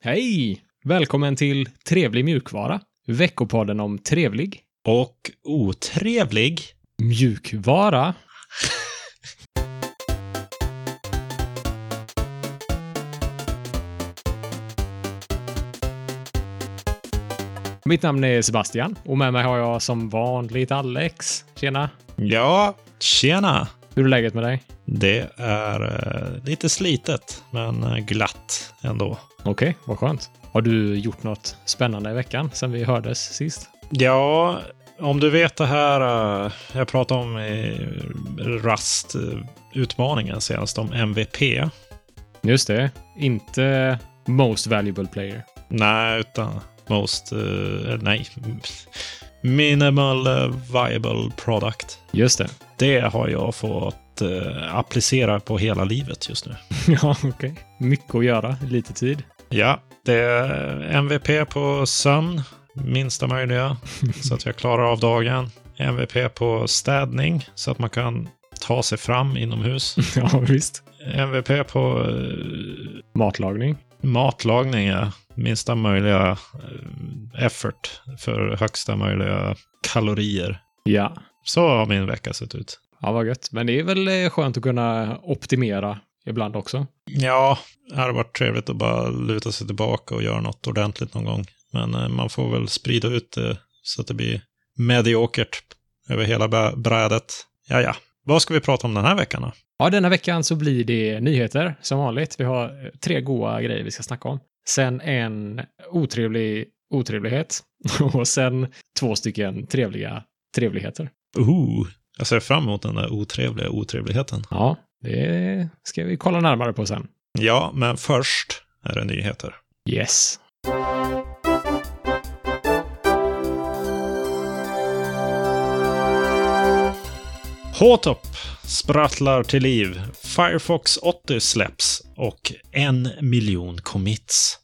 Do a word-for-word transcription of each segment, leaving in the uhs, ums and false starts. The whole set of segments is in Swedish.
Hej! Välkommen till Trevlig mjukvara. Veckopodden om trevlig och otrevlig mjukvara. Mitt namn är Sebastian och med mig har jag som vanligt Alex. Tjena! Ja, tjena! Hur är läget med dig? Det är eh, lite slitet, men glatt ändå. Okej, okay, vad skönt. Har du gjort något spännande i veckan sen vi hördes sist? Ja, om du vet det här uh, jag pratade om i Rust-utmaningen senast om M V P. Just det, inte Most Valuable Player. Nej, utan Most, uh, nej, Minimal uh, Viable Product. Just det. Det har jag fått uh, applicera på hela livet just nu. Ja, okej. Okay. Mycket att göra, lite tid. Ja, det är M V P på sömn, minsta möjliga, så att jag klarar av dagen. M V P på städning, så att man kan ta sig fram inomhus. Ja, visst. M V P på uh, matlagning. Matlagning, ja. Minsta möjliga uh, effort för högsta möjliga kalorier. Ja. Så har min vecka sett ut. Ja, vad gött. Men det är väl skönt att kunna optimera ibland också. Ja, det hade varit trevligt att bara luta sig tillbaka och göra något ordentligt någon gång. Men uh, man får väl sprida ut det så att det blir mediokert över hela brädet. Ja, ja. Vad ska vi prata om den här veckan då? Ja, denna veckan så blir det nyheter som vanligt. Vi har tre goda grejer vi ska snacka om. Sen en otrevlig otrevlighet. Och sen två stycken trevliga trevligheter. Uh, jag ser fram emot den där otrevliga otrevligheten. Ja, det ska vi kolla närmare på sen. Ja, men först är det nyheter. Yes. H-top sprattlar till liv. Firefox åttio släpps och en miljon commits.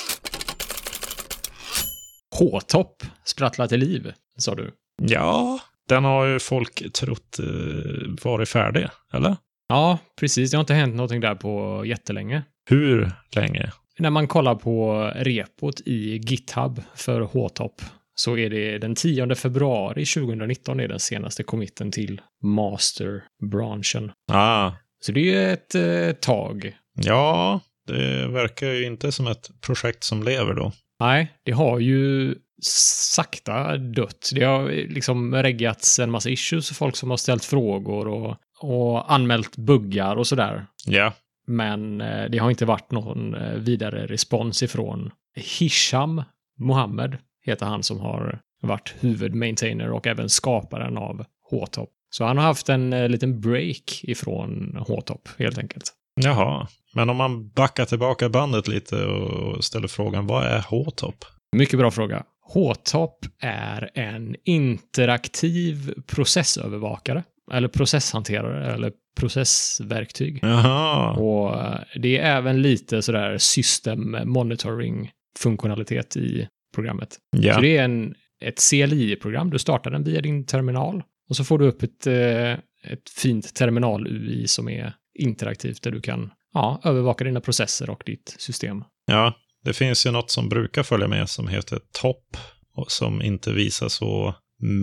H-top sprattlar till liv, sa du? Ja, den har ju folk trott uh, varit färdig, eller? Ja, precis. Det har inte hänt någonting där på jättelänge. Hur länge? När man kollar på repot i GitHub för H-top så är det den tionde februari tjugonitton är den senaste committen till master-branchen. Ah. Så det är ju ett eh, tag. Ja, det verkar ju inte som ett projekt som lever då. Nej, det har ju sakta dött. Det har liksom reggats en massa issues och folk som har ställt frågor och, och anmält buggar och sådär. Ja. Men eh, det har inte varit någon eh, vidare respons ifrån Hisham Mohammed. Heter han som har varit huvudmaintainer och även skaparen av H-top. Så han har haft en eh, liten break ifrån H-top helt enkelt. Jaha, men om man backar tillbaka bandet lite och ställer frågan, vad är H-top? Mycket bra fråga. H-top är en interaktiv processövervakare. Eller processhanterare eller processverktyg. Jaha. Och det är även lite sådär system monitoring funktionalitet i programmet. Ja. Så det är en, ett C L I-program. Du startar den via din terminal och så får du upp ett, ett fint terminal-U I som är interaktivt där du kan ja, övervaka dina processer och ditt system. Ja, det finns ju något som brukar följa med som heter top och som inte visar så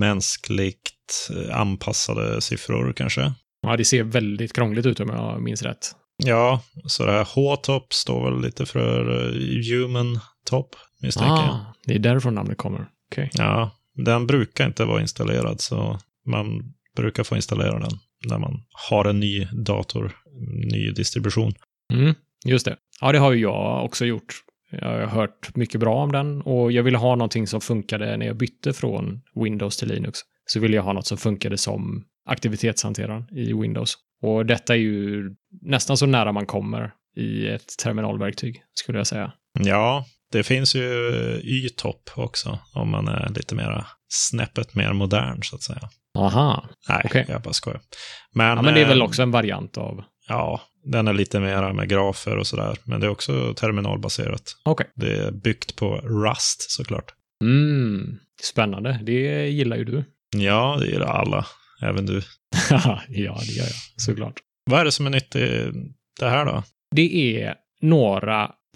mänskligt anpassade siffror kanske. Ja, det ser väldigt krångligt ut om jag minns rätt. Ja, så det här H-top står väl lite för human top, misstänker jag. Ah, det är därifrån namnet kommer. Okay. Ja, den brukar inte vara installerad så man brukar få installera den när man har en ny dator, ny distribution. Mm, just det. Ja, det har ju jag också gjort. Jag har hört mycket bra om den och jag ville ha någonting som funkade när jag bytte från Windows till Linux. Så ville jag ha något som funkade som aktivitetshanteraren i Windows. Och detta är ju nästan så nära man kommer i ett terminalverktyg, skulle jag säga. Ja, det finns ju Y-top också, om man är lite mer snäppet mer modern, så att säga. Aha, nej, okay. Jag bara skojar. Men, ja, men det är väl också en variant av... Ja, den är lite mer med grafer och sådär. Men det är också terminalbaserat. Okay. Det är byggt på Rust, såklart. Mm, spännande. Det gillar ju du. Ja, det gillar alla. Även du. Ja, det gör jag, såklart. Vad är det som är nytt i det här då? Det är några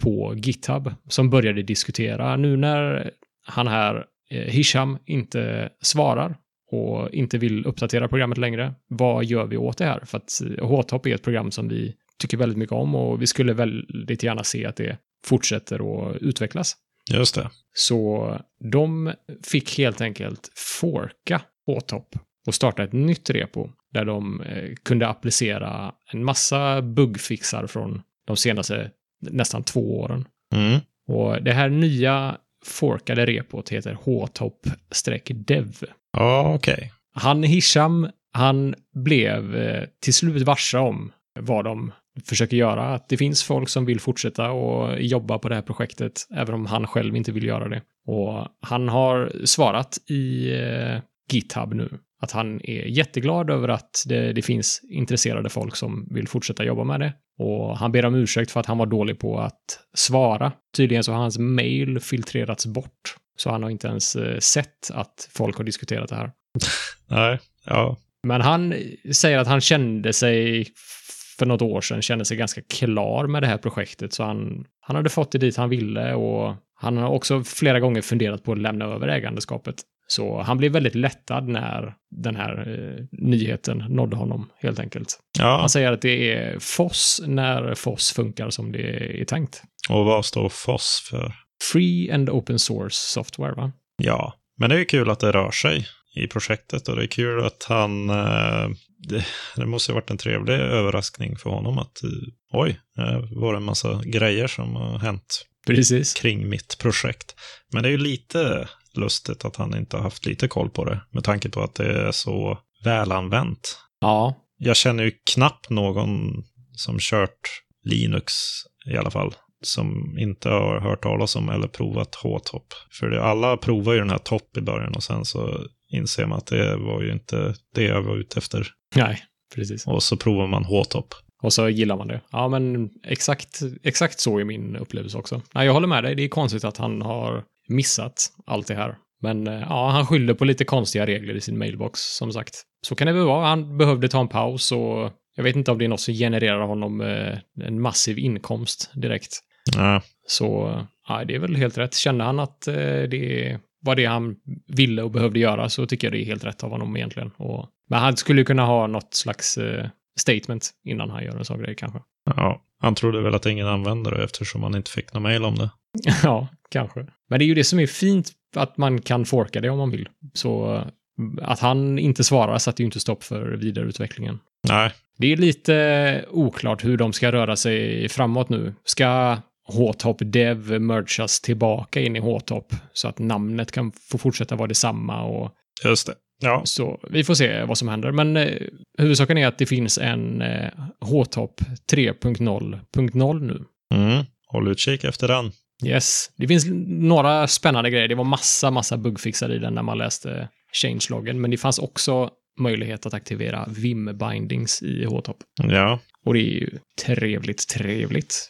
på GitHub som började diskutera nu när han här eh, Hisham inte svarar och inte vill uppdatera programmet längre. Vad gör vi åt det här? För att H T O P är ett program som vi tycker väldigt mycket om och vi skulle väldigt gärna se att det fortsätter att utvecklas. Just det. Så de fick helt enkelt forka H T O P och starta ett nytt repo där de eh, kunde applicera en massa bugfixar från de senaste nästan två åren. Mm. Och det här nya forkade repot heter H T O P-dev. Ja, okej. Okay. Han Hisham, han blev eh, till slut varse om vad de försöker göra. Att det finns folk som vill fortsätta och jobba på det här projektet även om han själv inte vill göra det. Och han har svarat i eh, GitHub nu att han är jätteglad över att det, det finns intresserade folk som vill fortsätta jobba med det. Och han ber om ursäkt för att han var dålig på att svara. Tydligen så har hans mail filtrerats bort. Så han har inte ens eh, sett att folk har diskuterat det här. Nej, ja. Men han säger att han kände sig för något år sedan kände sig ganska klar med det här projektet. Så han, han hade fått det dit han ville och han har också flera gånger funderat på att lämna över ägandeskapet. Så han blev väldigt lättad när den här eh, nyheten nådde honom helt enkelt. Ja. Han säger att det är F O S när F O S funkar som det är tänkt. Och vad står F O S för? Free and Open Source Software, va? Ja, men det är ju kul att det rör sig i projektet och det är kul att han... Eh, det, det måste ha varit en trevlig överraskning för honom att eh, oj, det var en massa grejer som har hänt. Precis. Kring mitt projekt. Men det är ju lite lustigt att han inte har haft lite koll på det med tanke på att det är så välanvänt. Ja. Jag känner ju knappt någon som kört Linux i alla fall som inte har hört talas om eller provat H T O P. För det, alla provar ju den här T O P i början och sen så inser man att det var ju inte det jag var ute efter. Nej, precis. Och så provar man H T O P. Och så gillar man det. Ja, men exakt, exakt så är min upplevelse också. Nej, jag håller med dig. Det är konstigt att han har missat allt det här. Men ja, han skyller på lite konstiga regler i sin mailbox, som sagt. Så kan det väl vara. Han behövde ta en paus och jag vet inte om det är något som genererar honom eh, en massiv inkomst direkt. Ja. Så ja, det är väl helt rätt. Känner han att eh, det var det han ville och behövde göra så tycker jag det är helt rätt av honom egentligen. Och, men han skulle kunna ha något slags eh, statement innan han gör en sån grej kanske. Ja, han trodde väl att ingen använder det eftersom han inte fick någon mail om det. Ja, kanske. Men det är ju det som är fint att man kan forka det om man vill. Så att han inte svarar sätter ju inte stopp för vidareutvecklingen. Nej. Det är lite oklart hur de ska röra sig framåt nu. Ska H T O P Dev mergas tillbaka in i H T O P så att namnet kan få fortsätta vara detsamma och just det. Ja. Så vi får se vad som händer. Men eh, huvudsaken är att det finns en eh, H T O P tre punkt noll punkt noll nu. Mm. Håll utkik efter den. Yes. Det finns några spännande grejer. Det var massa, massa bugfixar i den när man läste changeloggen. Men det fanns också möjlighet att aktivera Vim-bindings i H T O P. Ja. Och det är ju trevligt, trevligt.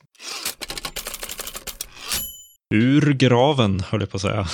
Ur graven, höll jag på att säga.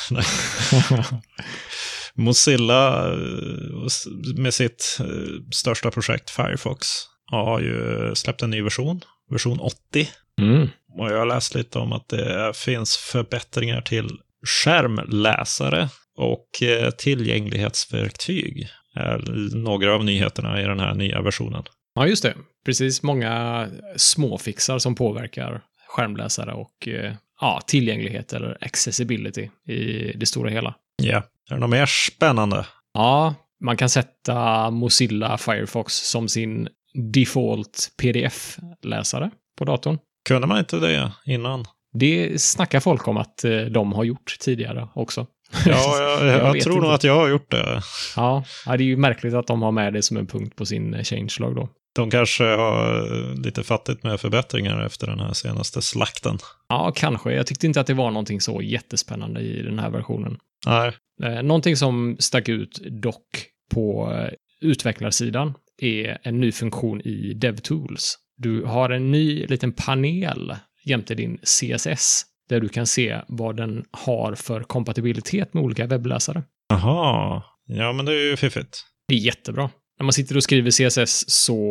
Mozilla med sitt största projekt Firefox har ju släppt en ny version, version åttio. Mm. Och jag har läst lite om att det finns förbättringar till skärmläsare och tillgänglighetsverktyg. Några av nyheterna i den här nya versionen. Ja, just det. Precis, många småfixar som påverkar skärmläsare och ja, tillgänglighet eller accessibility i det stora hela. Ja, yeah. Är det något mer spännande? Ja, man kan sätta Mozilla Firefox som sin default P D F-läsare på datorn. Kunde man inte det innan? Det snackar folk om att de har gjort tidigare också. Ja, jag, jag, jag tror inte. nog att jag har gjort det. Ja, det är ju märkligt att de har med det som en punkt på sin changelog då. De kanske har lite fattigt med förbättringar efter den här senaste slakten. Ja, kanske. Jag tyckte inte att det var någonting så jättespännande i den här versionen. Nej. Någonting som stack ut dock på utvecklarsidan är en ny funktion i DevTools. Du har en ny liten panel jämte din C S S där du kan se vad den har för kompatibilitet med olika webbläsare. Aha, ja men det är ju fiffigt. Det är jättebra. När man sitter och skriver C S S så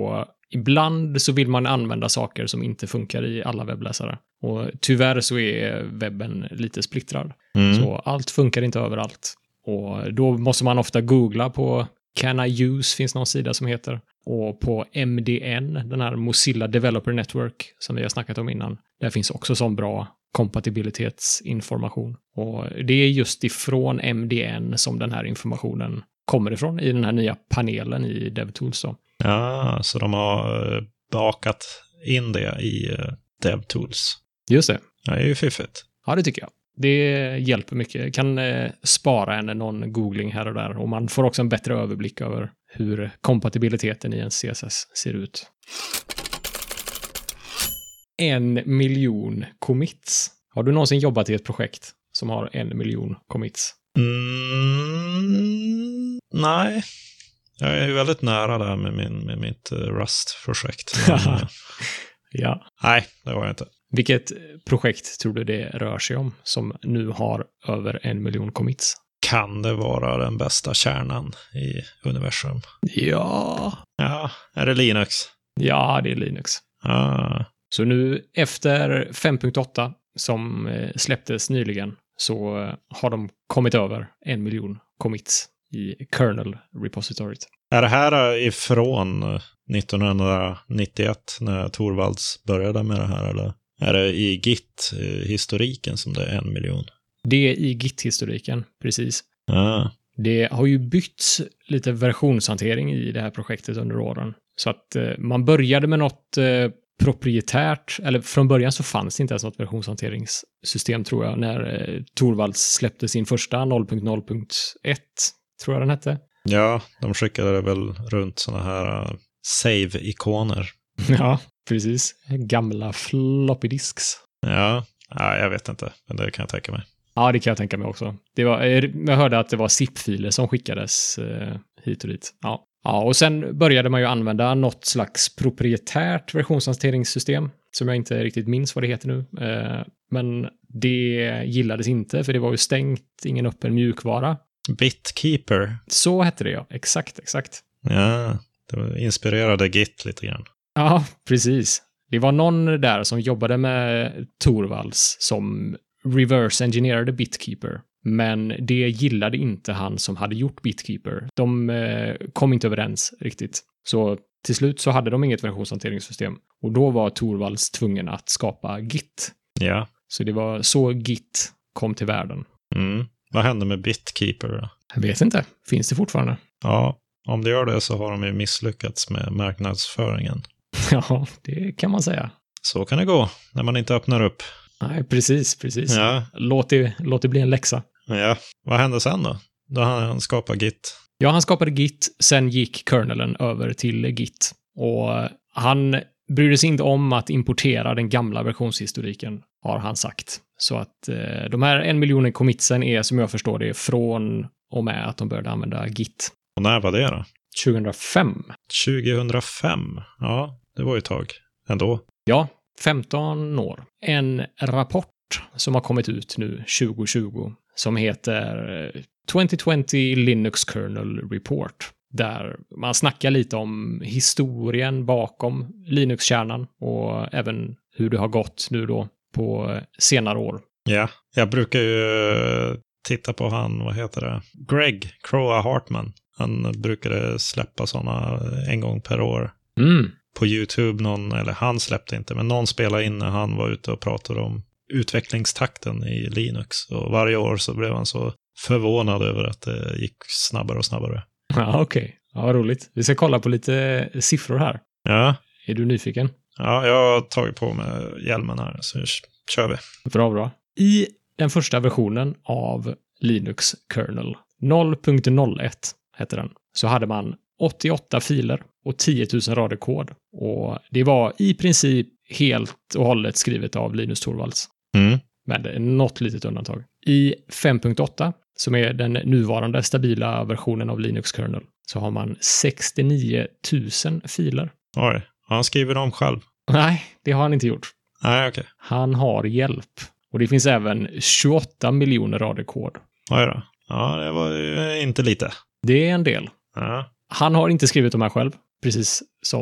ibland så vill man använda saker som inte funkar i alla webbläsare. Och tyvärr så är webben lite splittrad. Mm. Så allt funkar inte överallt. Och då måste man ofta googla på Can I Use, finns någon sida som heter. Och på M D N, den här Mozilla Developer Network som vi har snackat om innan. Där finns också sån bra kompatibilitetsinformation. Och det är just ifrån M D N som den här informationen kommer ifrån i den här nya panelen i DevTools då. Ja, så de har bakat in det i DevTools. Just det. Ja, det är ju fiffigt. Ja, det tycker jag. Det hjälper mycket. Kan eh, spara en någon googling här och där. Och man får också en bättre överblick över hur kompatibiliteten i en C S S ser ut. En miljon commits. Har du någonsin jobbat i ett projekt som har en miljon commits? Mm, nej. Jag är väldigt nära där med, min, med mitt Rust-projekt. Ja. Nej, det var jag inte. Vilket projekt tror du det rör sig om som nu har över en miljon commits? Kan det vara den bästa kärnan i universum? Ja. Ja, är det Linux? Ja, det är Linux. Ah. Så nu efter fem punkt åtta som släpptes nyligen så har de kommit över en miljon commits i kernel-repositoriet. Är det här ifrån nittonhundranittioett när Torvalds började med det här, eller är det i Git-historiken som det är en miljon? Det är i Git-historiken, precis. Ah. Det har ju bytts lite versionshantering i det här projektet under åren. Så att eh, man började med något eh, proprietärt, eller från början så fanns det inte ens något versionshanteringssystem tror jag, när eh, Torvalds släppte sin första noll punkt noll punkt ett, tror jag den hette. Ja, de skickade väl runt såna här uh, save-ikoner. Ja, precis. Gamla floppy disks. Ja, ja, jag vet inte, men det kan jag tänka mig. Ja, det kan jag tänka mig också. Det var, jag hörde att det var zip-filer som skickades eh, hit och dit. Ja. Ja, och sen började man ju använda något slags proprietärt versionshanteringssystem som jag inte riktigt minns vad det heter nu. Eh, men det gillades inte för det var ju stängt, ingen öppen mjukvara. Bitkeeper. Så hette det, ja. Exakt, exakt. Ja, det inspirerade Git lite grann. Ja, precis. Det var någon där som jobbade med Torvalds som reverse-engineerade Bitkeeper. Men det gillade inte han som hade gjort Bitkeeper. De eh, kom inte överens riktigt. Så till slut så hade de inget versionshanteringssystem. Och då var Torvalds tvungen att skapa Git. Ja. Så det var så Git kom till världen. Mm. Vad hände med Bitkeeper då? Jag vet inte. Finns det fortfarande? Ja, om det gör det så har de ju misslyckats med marknadsföringen. Ja, det kan man säga. Så kan det gå när man inte öppnar upp. Nej, precis, precis. Ja. Låt det, låt det bli en läxa. Ja, vad hände sen då? Då han skapade Git. Ja, han skapade Git, sen gick kernelen över till Git. Och han brydde sig inte om att importera den gamla versionshistoriken, har han sagt. Så att eh, de här en miljonen commitsen är, som jag förstår det, från och med att de började använda Git. Och när var det då? tjugohundrafem. tjugohundrafem? Ja, det var ju ett tag ändå. Ja, femton år. En rapport som har kommit ut nu tjugohundratjugo som heter tjugohundratjugo Linux Kernel Report. Där man snackar lite om historien bakom Linux-kärnan och även hur det har gått nu då på senare år. Ja, jag brukar ju titta på han, vad heter det? Greg Croa Hartman. Han brukade släppa sådana en gång per år. Mm. På YouTube, någon, eller han släppte inte, men någon spelade in när han var ute och pratade om utvecklingstakten i Linux. Och varje år så blev han så förvånad över att det gick snabbare och snabbare. Ja, okej. Okay. Ja, roligt. Vi ska kolla på lite siffror här. Ja. Är du nyfiken? Ja, jag har tagit på mig hjälmen här, så kör vi. Bra, bra. I den första versionen av Linux Kernel, noll punkt noll ett heter den, så hade man åttioåtta filer och tio tusen rader kod. Och det var i princip helt och hållet skrivet av Linus Torvalds. Mm. Med något litet undantag. I fem punkt åtta, som är den nuvarande stabila versionen av Linux Kernel, så har man sextionio tusen filer. Oj, han skriver dem själv? Nej, det har han inte gjort. Nej, okej. Okay. Han har hjälp. Och det finns även tjugoåtta miljoner rader kod. Oj då. Ja, det var ju inte lite. Det är en del. Ja. Han har inte skrivit de här själv, precis som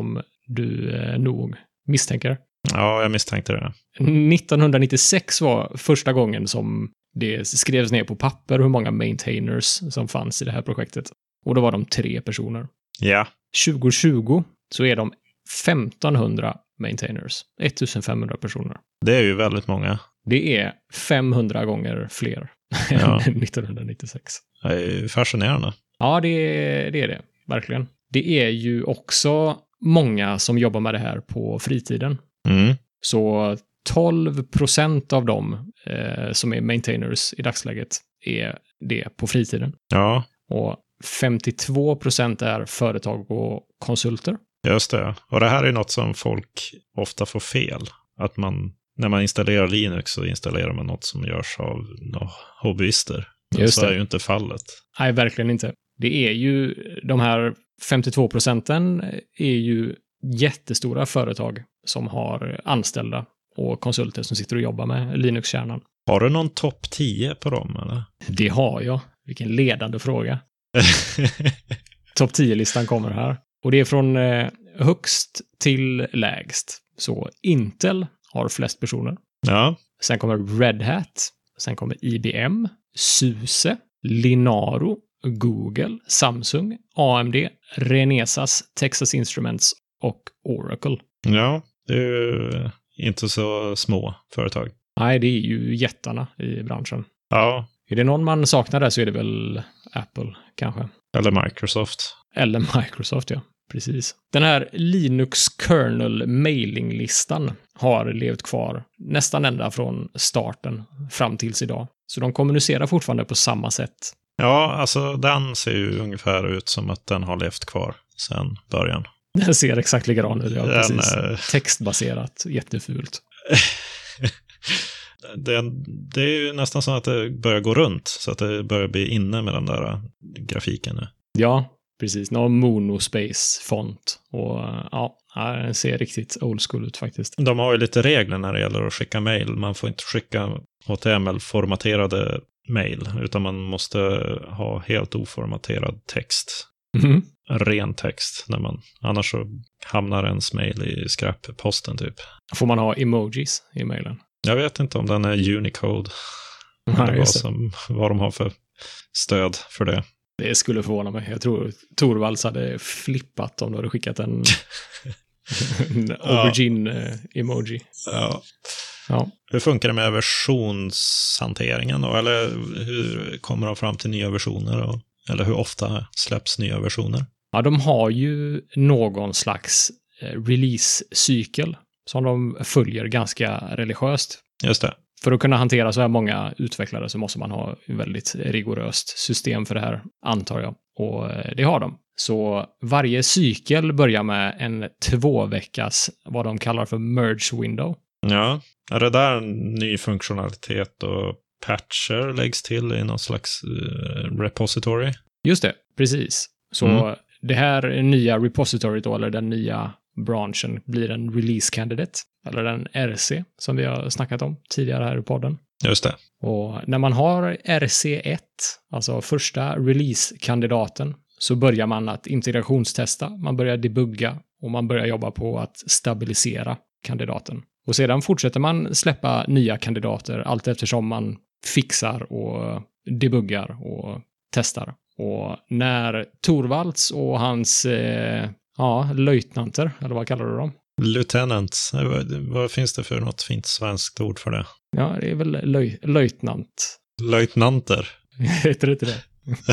du eh, nog misstänker. Ja, jag misstänkte det. nittonhundranittiosex var första gången som det skrevs ner på papper hur många maintainers som fanns i det här projektet. Och då var de tre personer. Ja. tjugo tjugo så är de femtonhundra maintainers. femtonhundra personer. Det är ju väldigt många. Det är femhundra gånger fler Ja. än nittonhundranittiosex. Det är fascinerande. Ja, det är, det är det. Verkligen. Det är ju också många som jobbar med det här på fritiden. Mm. Så tolv procent av dem eh, som är maintainers i dagsläget är det på fritiden. Ja, Och femtiotvå procent är företag och konsulter. just det. Och det här är något som folk ofta får fel. Att man, när man installerar Linux så installerar man något som görs av no, hobbyister. Men Just så det. är ju inte fallet. Nej, verkligen inte. Det är ju, de här femtiotvå procenten är ju jättestora företag som har anställda och konsulter som sitter och jobbar med Linux-kärnan. Har du någon topp tio på dem, eller? Det har jag. Vilken ledande fråga. Topp tio-listan kommer här. Och det är från eh, högst till lägst. Så Intel har flest personer. Ja, Sen kommer Red Hat. Sen kommer I B M, SUSE, Linaro, Google, Samsung, A M D, Renesas, Texas Instruments och Oracle. ja, det är ju inte så små företag. Nej, det är ju jättarna i branschen. Ja, Är det någon man saknar där så är det väl Apple, kanske. eller Microsoft. Eller Microsoft, ja. Precis. Den här Linux kernel mailing-listan har levt kvar nästan ända från starten fram tills idag. Så de kommunicerar fortfarande på samma sätt. Ja, alltså den ser ju ungefär ut som att den har levt kvar sedan början. Den ser exakt likadan ut, ja, Den, precis. eh, Textbaserat, jättefult. det, det är ju nästan så att det börjar gå runt, så att det börjar bli inne med den där grafiken nu. Ja, precis. Någon monospace-font. Och ja, den ser riktigt old school ut faktiskt. De har ju lite regler när det gäller att skicka mejl. Man får inte skicka H T M L-formaterade mejl, utan man måste ha helt oformaterad text. Mm. Ren text. När man, annars så hamnar ens mejl i skräpposten typ. Får man ha emojis i mejlen? Jag vet inte om den är Unicode. Ja, eller vad, just det. som, vad de har för stöd för det. Det skulle förvåna mig. Jag tror Torvalds hade flippat om du hade skickat en, en aubergine-emoji. Ja. Ja. Hur funkar det med versionshanteringen då? Eller hur kommer de fram till nya versioner? Och, eller hur ofta släpps nya versioner? Ja, de har ju någon slags release-cykel som de följer ganska religiöst. Just det. För att kunna hantera så här många utvecklare så måste man ha ett väldigt rigoröst system för det här, antar jag. Och det har de. Så varje cykel börjar med en två veckas, vad de kallar för merge window. Ja, är det där ny funktionalitet och patcher läggs till i någon slags uh, repository? Just det, precis. Så Mm. det här nya repository då, eller den nya branchen, blir en release candidate, eller en R C, som vi har snackat om tidigare här i podden. Just det. Och när man har R C ett, alltså första release-kandidaten, så börjar man att integrationstesta, man börjar debugga och man börjar jobba på att stabilisera kandidaten. Och sedan fortsätter man släppa nya kandidater allt eftersom man fixar och debuggar och testar. Och när Torvalds och hans eh, ja, löjtnanter, eller vad kallar du dem? Lieutenant, vad, vad finns det för något fint svenskt ord för det? Ja, det är väl löj, löjtnant. Löjtnanter. Heter det inte det?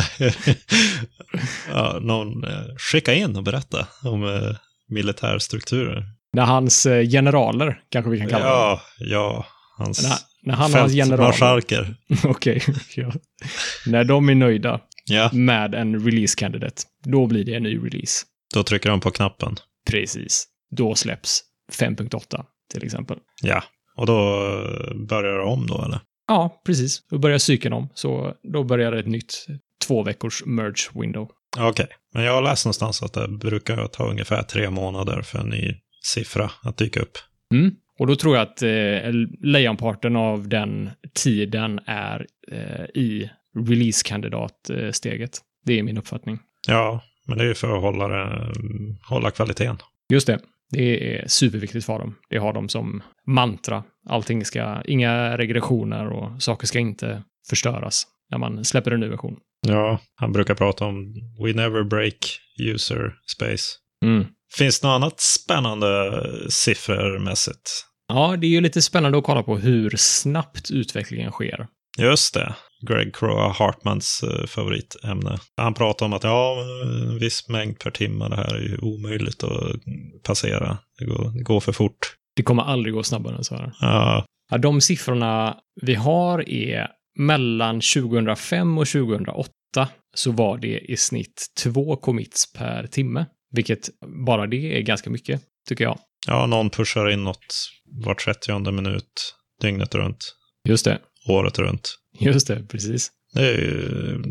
Ja, någon eh, skicka in och berätta om eh, militärstrukturer. När hans eh, generaler, kanske vi kan kalla Ja, dem. ja. Hans När, när han och hans generaler. fältmarskalker. Okej. Ja. När de är nöjda Ja, med en release candidate, då blir det en ny release. då trycker de på knappen. Precis. Då släpps fem punkt åtta till exempel. Ja, och då eh, börjar det om då, eller? Ja, precis. Då börjar cykeln om. Så då börjar ett nytt två veckors merge window. Okej, okay. Men jag har läst någonstans att det brukar ta ungefär tre månader för en ny siffra att dyka upp. Mm. Och då tror jag att eh, lejonparten av den tiden är eh, i release-kandidatsteget. Det är min uppfattning. Ja, men det är ju för att hålla, det, hålla kvaliteten. Just det. Det är superviktigt för dem. Det har de som mantra. Allting ska, inga regressioner och saker ska inte förstöras när man släpper en ny version. Ja, han brukar prata om we never break user space. Mm. Finns det något annat spännande siffermässigt? Ja, det är ju lite spännande att kolla på hur snabbt utvecklingen sker. Just det. Greg Crowe Hartmans uh, favoritämne. Han pratar om att ja, en viss mängd per timme, det här är ju omöjligt att passera. Det går, det går för fort. Det kommer aldrig gå snabbare än så här. Ja. Ja, de siffrorna vi har är mellan tjugohundrafem och tjugohundraåtta så var det i snitt två commits per timme. Vilket bara det är ganska mycket, tycker jag. Ja, någon pushar in något var trettionde minut, dygnet runt. Just det. Året runt. Just det, precis. Det är ju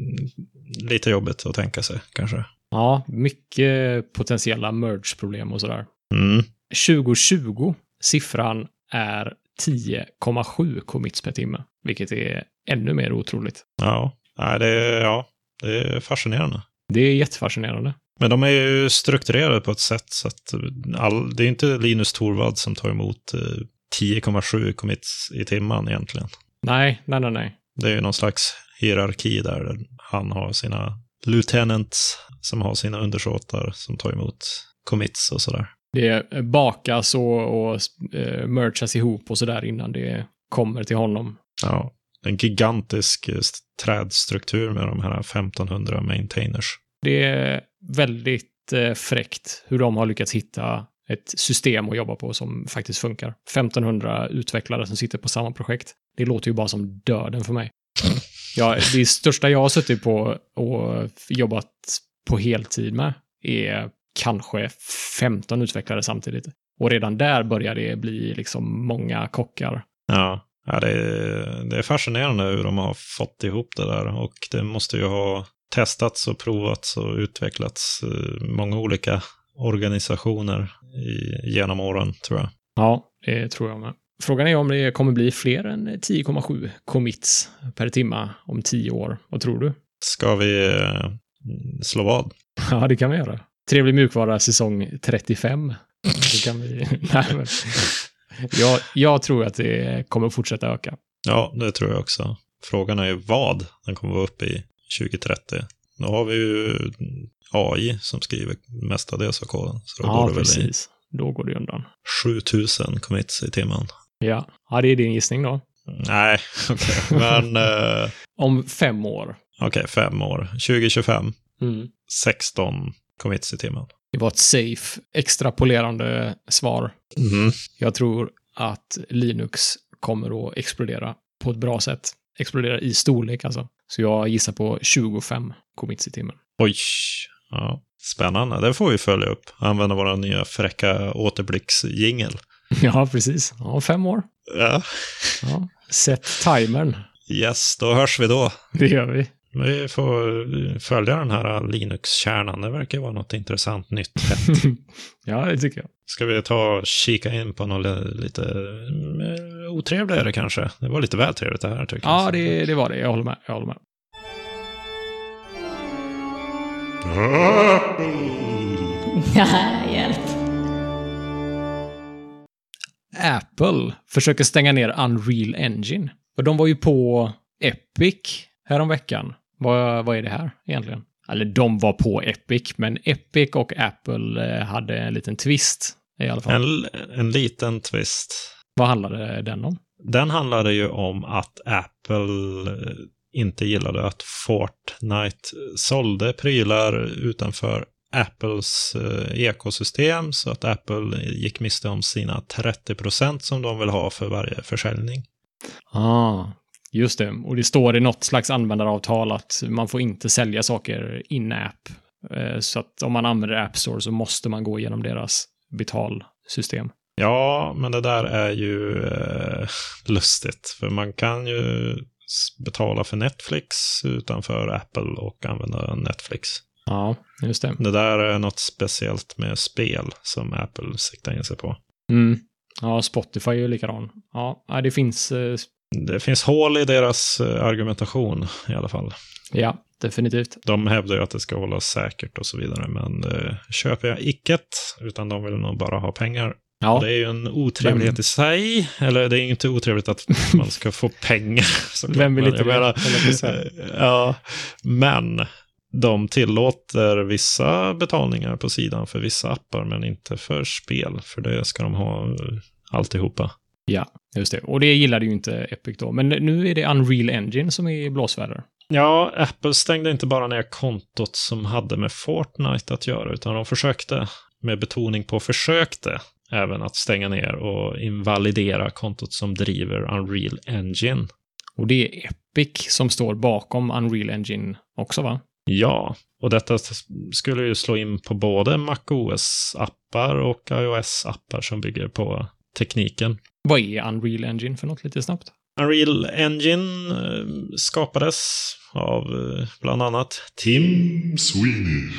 lite jobbigt att tänka sig, kanske. Ja, mycket potentiella merge-problem och sådär. Mm. tjugohundratjugo, siffran är tio komma sju commits per timme, vilket är ännu mer otroligt. Ja, nej, det är, ja, det är fascinerande. Det är jättefascinerande. Men de är ju strukturerade på ett sätt så att all, det är inte Linus Torvalds som tar emot eh, tio komma sju commits i timmen egentligen. Nej, nej, nej, nej. Det är ju någon slags hierarki där han har sina lieutenants som har sina undersåtar som tar emot commits och sådär. Det bakas och, och uh, merchas ihop och sådär innan det kommer till honom. Ja, en gigantisk trädstruktur med de här femtonhundra maintainers. Det är väldigt eh, fräckt hur de har lyckats hitta ett system att jobba på som faktiskt funkar. femtonhundra utvecklare som sitter på samma projekt. Det låter ju bara som döden för mig. Ja, det största jag har suttit på och jobbat på heltid med är kanske femton utvecklare samtidigt. Och redan där börjar det bli liksom många kockar. Ja, ja det, är, det är fascinerande hur de har fått ihop det där. Och det måste ju ha testats och provats och utvecklats många olika organisationer i, genom åren, tror jag. Ja, det tror jag med. Frågan är om det kommer bli fler än tio komma sju commits per timme om tio år. Vad tror du? Ska vi eh, slå vad? Ja, det kan vi göra. Trevlig mjukvara säsong trettiofem. Det kan vi... Nej, men... jag, jag tror att det kommer fortsätta öka. Ja, det tror jag också. Frågan är ju vad den kommer vara uppe i tjugo trettio. Då har vi ju A I som skriver mestadels av koden. Så då ja, går det precis. Väl då går det undan. sjutusen commits i timmen. Ja, ja det är din gissning då. Nej, okej. Okay. Men... uh... Om fem år. Okej, okay, fem år. tjugo tjugofem. Mm. sexton commits i timmen. Det var ett safe, extrapolerande svar. Mm. Jag tror att Linux kommer att explodera på ett bra sätt. Explodera i storlek alltså. Så jag gissar på tjugofem commits i timmen. Oj, ja. Spännande. Det får vi följa upp. Använda våra nya fräcka återblicksjingel. Ja, precis. Ja, fem år. Ja. Ja. Sätt timern. Yes, då hörs vi då. Det gör vi. Vi får följa den här Linux-kärnan. Det verkar vara något intressant nytt. Ja, det tycker jag. Ska vi ta och kika in på något lite otrevligare kanske? Det var lite väl trevligt det här, tycker jag. Ja, det, det var det. Jag håller med. Jag håller med. Hjälp. Apple försöker stänga ner Unreal Engine. Och de var ju på Epic häromveckan. Vad, vad är det här egentligen? Eller de var på Epic, men Epic och Apple hade en liten twist i alla fall. En, en liten twist. Vad handlade den om? Den handlade ju om att Apple inte gillade att Fortnite sålde prylar utanför Apples eh, ekosystem, så att Apple gick miste om sina trettio procent som de vill ha för varje försäljning. Ah, just det. Och det står i något slags användaravtal att man får inte sälja saker in-app. Eh, så att om man använder App Store så måste man gå igenom deras betalsystem. Ja, men det där är ju eh, lustigt. För man kan ju betala för Netflix utanför Apple och använda Netflix. Ja, just det. Det där är något speciellt med spel som Apple siktar in sig på. Mm. Ja, Spotify är ju likadan. Ja, det finns... Eh... Det finns hål i deras argumentation i alla fall. Ja, definitivt. De hävdar ju att det ska hållas säkert och så vidare, men det köper jag icket, utan de vill nog bara ha pengar. Ja. Och det är ju en otrevlighet men... i sig, eller det är ju inte otrevligt att man ska få pengar. Vem vill inte menar, ja, men de tillåter vissa betalningar på sidan för vissa appar, men inte för spel, för det ska de ha alltihopa. Ja, just det. Och det gillade ju inte Epic då. Men nu är det Unreal Engine som är i blåsväder. Ja, Apple stängde inte bara ner kontot som hade med Fortnite att göra, utan de försökte, med betoning på försökte, även att stänga ner och invalidera kontot som driver Unreal Engine. Och det är Epic som står bakom Unreal Engine också, va? Ja, och detta skulle ju slå in på både macOS-appar och iOS-appar som bygger på tekniken. Vad är Unreal Engine för något lite snabbt? Unreal Engine skapades av bland annat Tim Sweeney.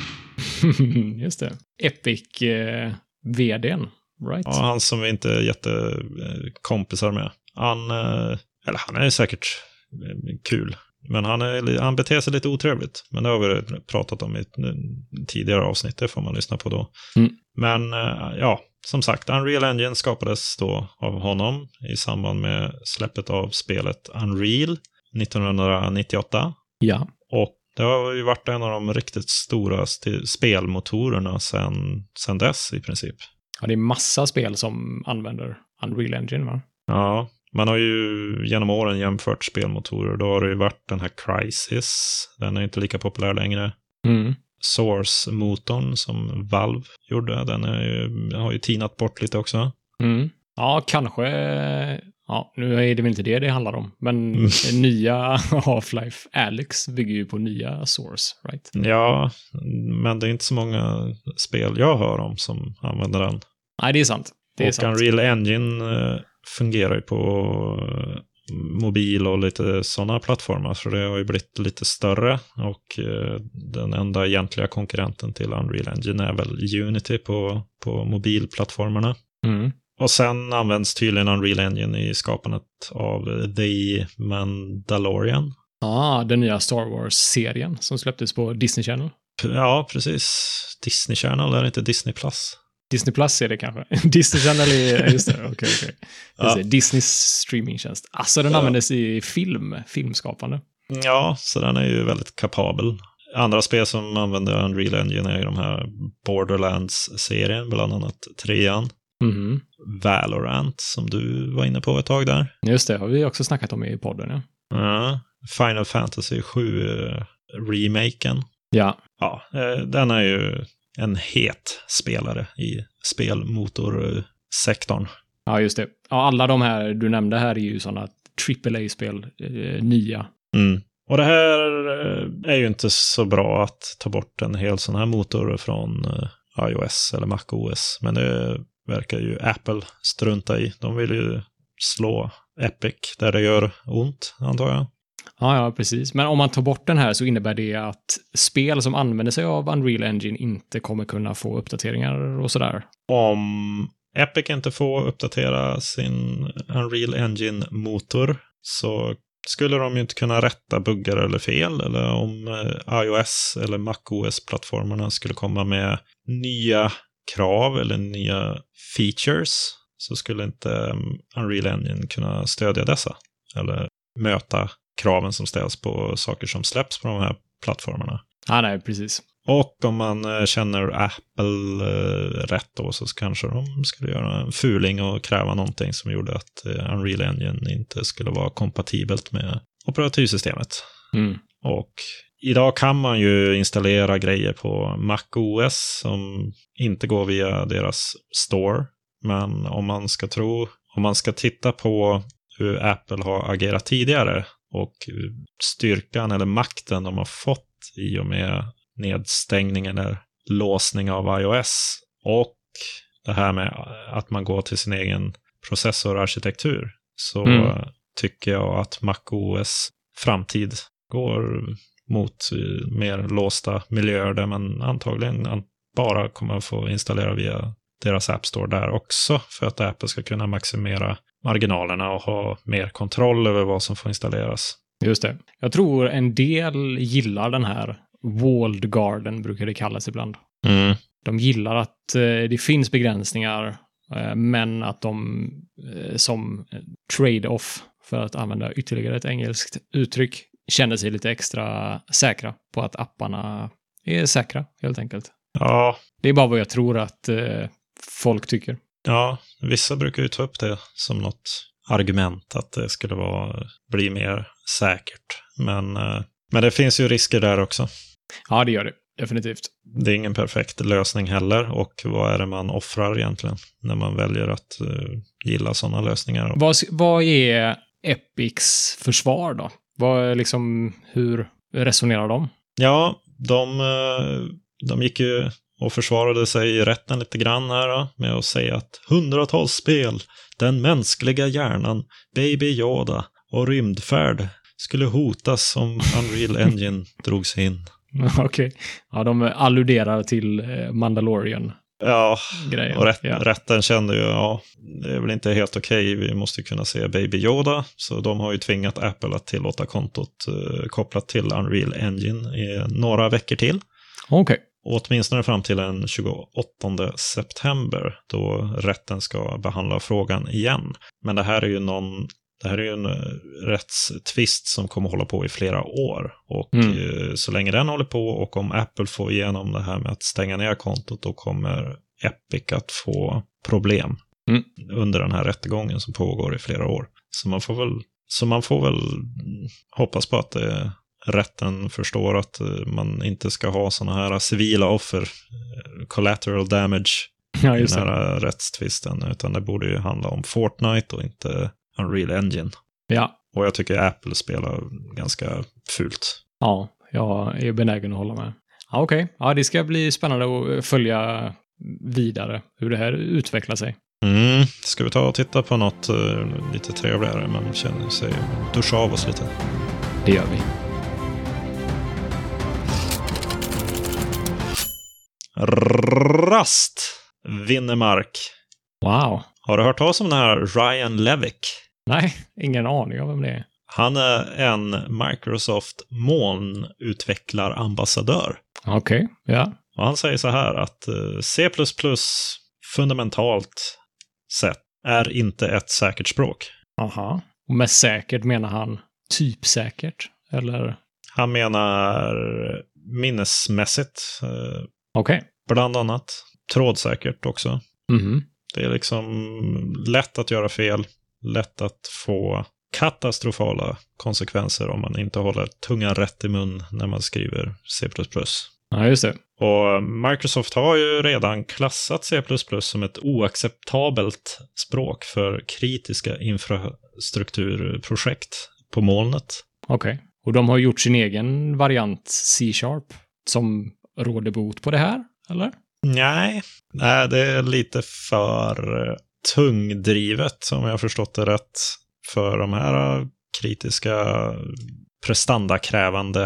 Just det. Epic eh, vdn, right? Ja, han som vi inte är jättekompisar med. Han, eller han är säkert kul. Men han, är, han beter sig lite otrevligt. Men det har vi pratat om i ett tidigare avsnitt. Det får man lyssna på då. Mm. Men ja, som sagt, Unreal Engine skapades då av honom i samband med släppet av spelet Unreal nittonhundranittioåtta. Ja. Och det har ju varit en av de riktigt stora spelmotorerna sedan, sedan dess i princip. Ja, det är massa spel som använder Unreal Engine, va? Ja, man har ju genom åren jämfört spelmotorer. Då har det ju varit den här Crysis. Den är inte lika populär längre. Mm. Source-motorn som Valve gjorde. Den är ju, har ju tinat bort lite också. Mm. Ja, kanske. Ja, nu är det väl inte det det handlar om. Men mm. nya Half-Life Alyx bygger ju på nya Source, right? Ja, men det är inte så många spel jag hör om som använder den. Nej, det är sant. Det är och sant. Unreal Engine fungerar ju på mobil och lite sådana plattformar, så det har ju blivit lite större, och den enda egentliga konkurrenten till Unreal Engine är väl Unity på, på mobilplattformarna. Mm. Och sen används tydligen Unreal Engine i skapandet av The Mandalorian. Ja, ah, den nya Star Wars-serien som släpptes på Disney Channel. Ja, precis. Disney Channel, är det inte Disney Plus? Disney Plus är det kanske. Disney Channel är, just det, okej, okay, okej. Okay. Ja. Disneys streamingtjänst. Alltså den ja. användes i film, filmskapande. Ja, så den är ju väldigt kapabel. Andra spel som använder Unreal Engine är ju de här Borderlands-serien, bland annat trean. Mm-hmm. Valorant, som du var inne på ett tag där. Just det, har vi också snackat om i podden, ja. Ja, Final Fantasy sju-remaken. Ja. Ja, den är ju en het spelare i spelmotorsektorn. Ja, just det. Ja, alla de här du nämnde här är ju sådana triple A-spel, eh, nya. Mm. Och det här är ju inte så bra att ta bort en hel sån här motor från iOS eller macOS. Men det verkar ju Apple strunta i. De vill ju slå Epic där det gör ont, antar jag. Ja, ja, precis. Men om man tar bort den här så innebär det att spel som använder sig av Unreal Engine inte kommer kunna få uppdateringar och sådär. Om Epic inte får uppdatera sin Unreal Engine-motor så skulle de ju inte kunna rätta buggar eller fel. Eller om iOS eller macOS-plattformarna skulle komma med nya krav eller nya features så skulle inte Unreal Engine kunna stödja dessa. Eller möta kraven som ställs på saker som släpps på de här plattformarna. Ja, nej, precis. Och om man känner Apple rätt då så kanske de skulle göra en fuling och kräva någonting som gjorde att Unreal Engine inte skulle vara kompatibelt med operativsystemet. Mm. Och idag kan man ju installera grejer på macOS som inte går via deras store. Men om man ska tro, om man ska titta på hur Apple har agerat tidigare och styrkan eller makten de har fått i och med nedstängning eller låsning av iOS och det här med att man går till sin egen processorarkitektur, så mm. tycker jag att macOS framtid går mot mer låsta miljöer där man antagligen bara kommer att få installera via deras App Store där också, för att Apple ska kunna maximera marginalerna och ha mer kontroll över vad som får installeras. Just det. Jag tror en del gillar den här walled garden, brukar det kallas ibland. Mm. De gillar att eh, det finns begränsningar, eh, men att de eh, som trade-off, för att använda ytterligare ett engelskt uttryck, känner sig lite extra säkra på att apparna är säkra, helt enkelt. Ja. Det är bara vad jag tror att eh, folk tycker. Ja, vissa brukar ju ta upp det som något argument att det skulle vara, bli mer säkert. Men, eh, men det finns ju risker där också. Ja, det gör det. Definitivt. Det är ingen perfekt lösning heller. Och vad är det man offrar egentligen när man väljer att uh, gilla sådana lösningar? Vad, vad är Epics försvar då? Vad är liksom, hur resonerar de? Ja, de, uh, de gick ju och försvarade sig i rätten lite grann här då, med att säga att hundratals spel, den mänskliga hjärnan, Baby Yoda och rymdfärd skulle hotas om Unreal Engine drogs in. Okej. Okay. Ja, de alluderar till Mandalorian. Ja, grejen. Och rätt, ja. rätten kände ju, ja, det är väl inte helt okej. Vi måste kunna se Baby Yoda. Så de har ju tvingat Apple att tillåta kontot uh, kopplat till Unreal Engine i några veckor till. Okej. Okay. Åtminstone fram till den tjugoåttonde september, då rätten ska behandla frågan igen. Men det här är ju någon... Det här är ju en rättstvist som kommer hålla på i flera år. Och mm. så länge den håller på och om Apple får igenom det här med att stänga ner kontot, då kommer Epic att få problem mm. under den här rättegången som pågår i flera år. Så man får väl, så man får väl hoppas på att det, rätten förstår att man inte ska ha såna här civila offer, collateral damage, ja, i den här rättstvisten. Utan det borde ju handla om Fortnite och inte Unreal Engine. Ja. Och jag tycker Apple spelar ganska fult. Ja, jag är benägen att hålla med. Ja, okej. Okay. Ja, det ska bli spännande att följa vidare hur det här utvecklar sig. Mm. Ska vi ta och titta på något uh, lite trevligare? Man känner sig duscha av oss lite. Det gör vi. Rast vinner mark. Wow. Har du hört talas om den här Ryan Levick? Nej, ingen aning om vem det är. Han är en Microsoft molnutvecklarambassadör. Okej, okay, ja. Och han säger så här att C plus plus fundamentalt sett är inte ett säkert språk. Aha. Och med säkert menar han typ säkert, eller? Han menar minnesmässigt. Okej. Okay. Bland annat. Trådsäkert också. Mhm. Det är liksom lätt att göra fel, lätt att få katastrofala konsekvenser om man inte håller tungan rätt i mun när man skriver C plus plus. Ja, just det. Och Microsoft har ju redan klassat C plus plus som ett oacceptabelt språk för kritiska infrastrukturprojekt på molnet. Okej. Okay. Och de har gjort sin egen variant C-sharp som råder bot på det här, eller? Nej, nej, det är lite för tungdrivet om jag har förstått det rätt för de här kritiska prestandakrävande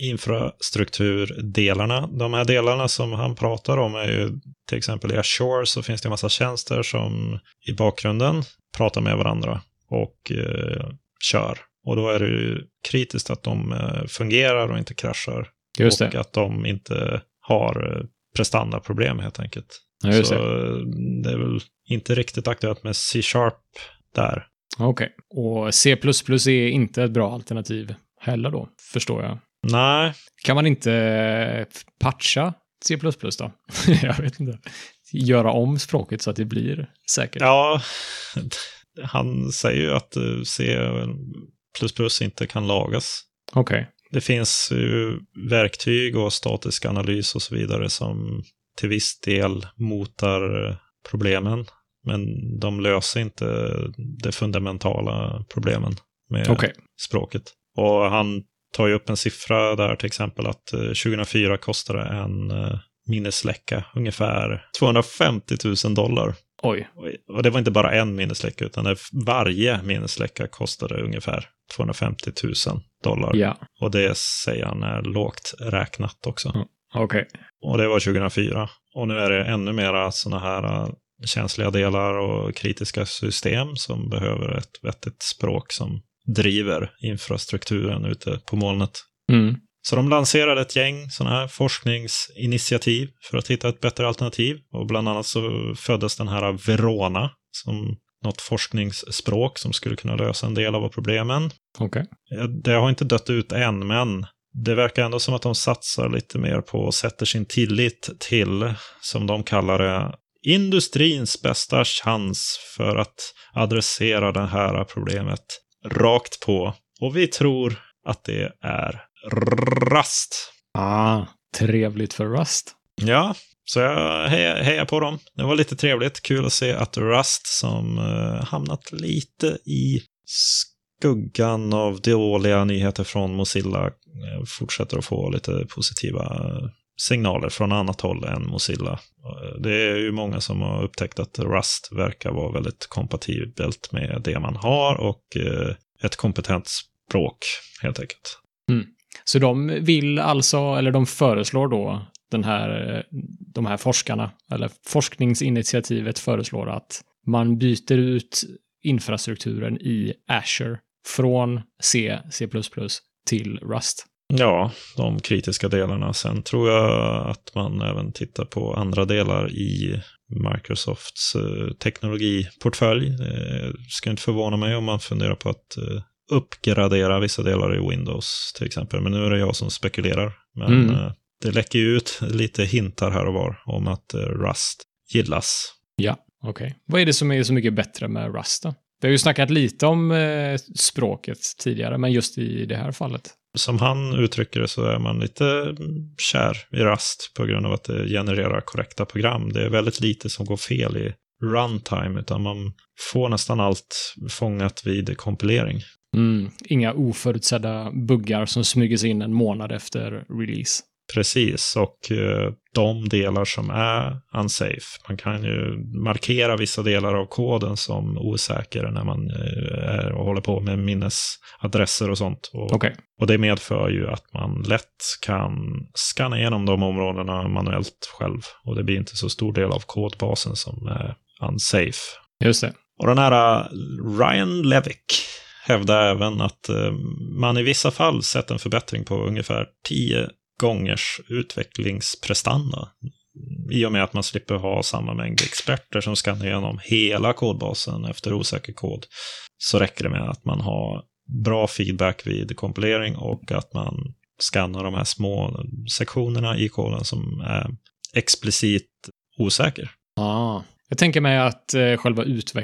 infrastrukturdelarna. De här delarna som han pratar om är ju till exempel i Azure, så finns det en massa tjänster som i bakgrunden pratar med varandra och eh, kör. Och då är det ju kritiskt att de eh, fungerar och inte kraschar. Just det. Och att de inte har eh, prestandaproblem helt enkelt. Ja, just så det. det är väl inte riktigt aktuellt med C-sharp där. Okej. Okay. Och C plus plus är inte ett bra alternativ heller då, förstår jag. Nej. Kan man inte patcha C plus plus då? Jag vet inte. Göra om språket så att det blir säkert. Ja, han säger ju att C plus plus inte kan lagas. Okej. Okay. Det finns ju verktyg och statisk analys och så vidare som till viss del motar problemen. Men de löser inte de fundamentala problemen med okay. språket. Och han tar ju upp en siffra där till exempel att tjugohundrafyra kostade en minnesläcka ungefär tvåhundrafemtio tusen dollar. Oj. Och det var inte bara en minnesläcka utan varje minnesläcka kostade ungefär tvåhundrafemtio tusen dollar. Ja. Och det säger han är lågt räknat också. Mm. Okej. Okay. Och det var tjugohundrafyra. Och nu är det ännu mera såna här känsliga delar och kritiska system som behöver ett vettigt språk som driver infrastrukturen ute på molnet. Mm. Så de lanserade ett gäng sådana här forskningsinitiativ för att hitta ett bättre alternativ. Och bland annat så föddes den här Verona som något forskningsspråk som skulle kunna lösa en del av problemen. Okej. Det har inte dött ut än, men det verkar ändå som att de satsar lite mer på och sätter sin tillit till, som de kallar det, industrins bästa chans för att adressera det här problemet rakt på. Och vi tror att det är Rust. Ah, trevligt för Rust. Ja, så jag hejar, hejar på dem. Det var lite trevligt. Kul att se att Rust, som eh, hamnat lite i skuggan av dåliga nyheter från Mozilla, eh, fortsätter att få lite positiva signaler från annat håll än Mozilla. Det är ju många som har upptäckt att Rust verkar vara väldigt kompatibelt med det man har och eh, ett kompetent språk helt enkelt. Mm. Så de vill alltså, eller de föreslår då den här, de här forskarna, eller forskningsinitiativet föreslår att man byter ut infrastrukturen i Azure från C, C plus plus till Rust. Ja, de kritiska delarna. Sen tror jag att man även tittar på andra delar i Microsofts eh, teknologiportfölj. Det ska inte förvåna mig om man funderar på att eh, uppgradera vissa delar i Windows till exempel. Men nu är det jag som spekulerar. Men mm. eh, det läcker ju ut lite hintar här och var om att eh, Rust gillas. Ja, okej. Okay. Vad är det som är så mycket bättre med Rust då? Vi har ju snackat lite om eh, språket tidigare, men just i det här fallet. Som han uttrycker det så är man lite kär i Rust på grund av att det genererar korrekta program. Det är väldigt lite som går fel i runtime, utan man får nästan allt fångat vid kompilering. Mm, inga oförutsedda buggar som smyger sig in en månad efter release. Precis, och eh, de delar som är unsafe. Man kan ju markera vissa delar av koden som osäker när man eh, är och håller på med minnesadresser och sånt. Och, okay. och det medför ju att man lätt kan scanna igenom de områdena manuellt själv. Och det blir inte så stor del av kodbasen som är unsafe. Just det. Och den här Ryan Levick hävdar även att eh, man i vissa fall sett en förbättring på ungefär tio gångers utvecklingsprestanda. I och med att man slipper ha samma mängd experter som skannar igenom hela kodbasen efter osäker kod, så räcker det med att man har bra feedback vid kompilering och att man skannar de här små sektionerna i koden som är explicit osäker. Ah, jag tänker mig att eh, själva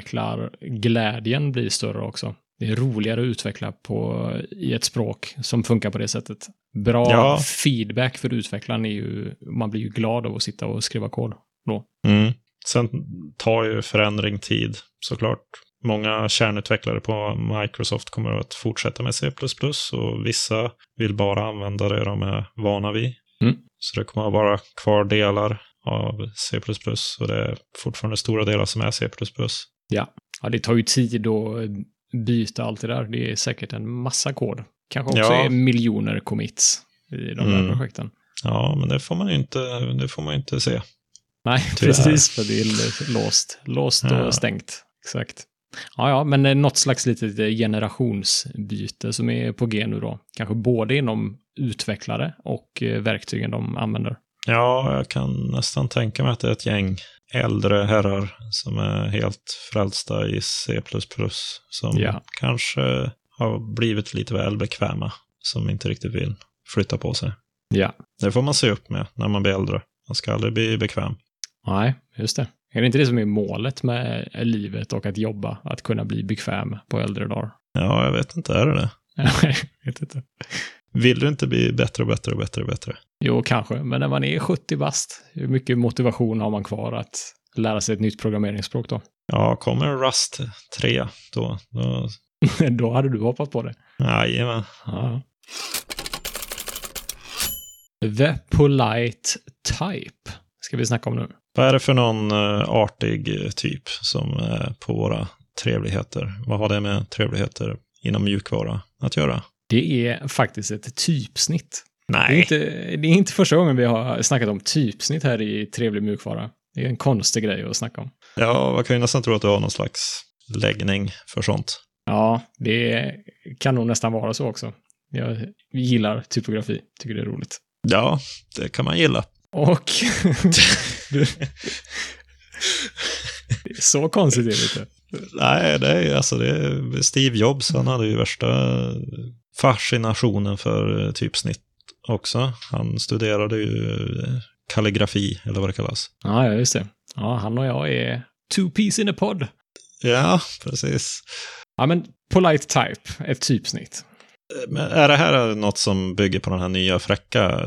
utvecklarglädjen blir större också. Det är roligare att utveckla på, i ett språk som funkar på det sättet. Bra ja. feedback för utvecklaren är ju, man blir ju glad av att sitta och skriva kod då. Mm. Sen tar ju förändring tid, såklart. Många kärnutvecklare på Microsoft kommer att fortsätta med C plus plus och vissa vill bara använda det de är vana vid. Mm. Så det kommer att vara kvar delar av C plus plus och det är fortfarande stora delar som är C plus plus. Ja, ja det tar ju tid att byta allt det där. Det är säkert en massa kod. Kanske också ja. är miljoner commits i de mm. här projekten. Ja, men det får man ju inte, det får man inte se. Nej, tyvärr. Precis, för det är låst, låst ja. och stängt. Exakt. Ja, ja, men något slags litet generationsbyte som är på G nu då. Kanske både inom utvecklare och verktygen de använder. Ja, jag kan nästan tänka mig att det är ett gäng äldre herrar som är helt frälsta i C plus plus som ja. kanske har blivit lite väl bekväma, som inte riktigt vill flytta på sig. Ja. Det får man se upp med när man blir äldre. Man ska aldrig bli bekväm. Nej, just det. Är det inte det som är målet med livet och att jobba? Att kunna bli bekväm på äldre dagar? Ja, jag vet inte. Är det det? Nej, jag vet inte. Vill du inte bli bättre och bättre och bättre och bättre? Jo, kanske. Men när man är sjuttio bast, hur mycket motivation har man kvar att lära sig ett nytt programmeringsspråk då? Ja, kommer Rust tre då? Då, då hade du hoppat på det. Jajamän. Ja. The Polite Type ska vi snacka om nu. Vad är det för någon uh, artig typ som är på våra trevligheter? Vad har det med trevligheter inom mjukvara att göra? Det är faktiskt ett typsnitt. Nej. Det är inte, det är inte första gången vi har snackat om typsnitt här i trevlig mjukvara. Det är en konstig grej att snacka om. Ja, man kan ju nästan tro att du har någon slags läggning för sånt. Ja, det kan nog nästan vara så också. Jag gillar typografi, tycker det är roligt. Ja, det kan man gilla. Och det är så konstigt är det inte. Nej, det är alltså det är Steve Jobs, han hade ju värsta fascinationen för typsnitt också. Han studerade ju kalligrafi, eller vad det kallas. Ja, just det. Ja, han och jag är two peas in a pod. Ja, precis. Ja, men polite type, ett typsnitt. Men är det här något som bygger på den här nya fräcka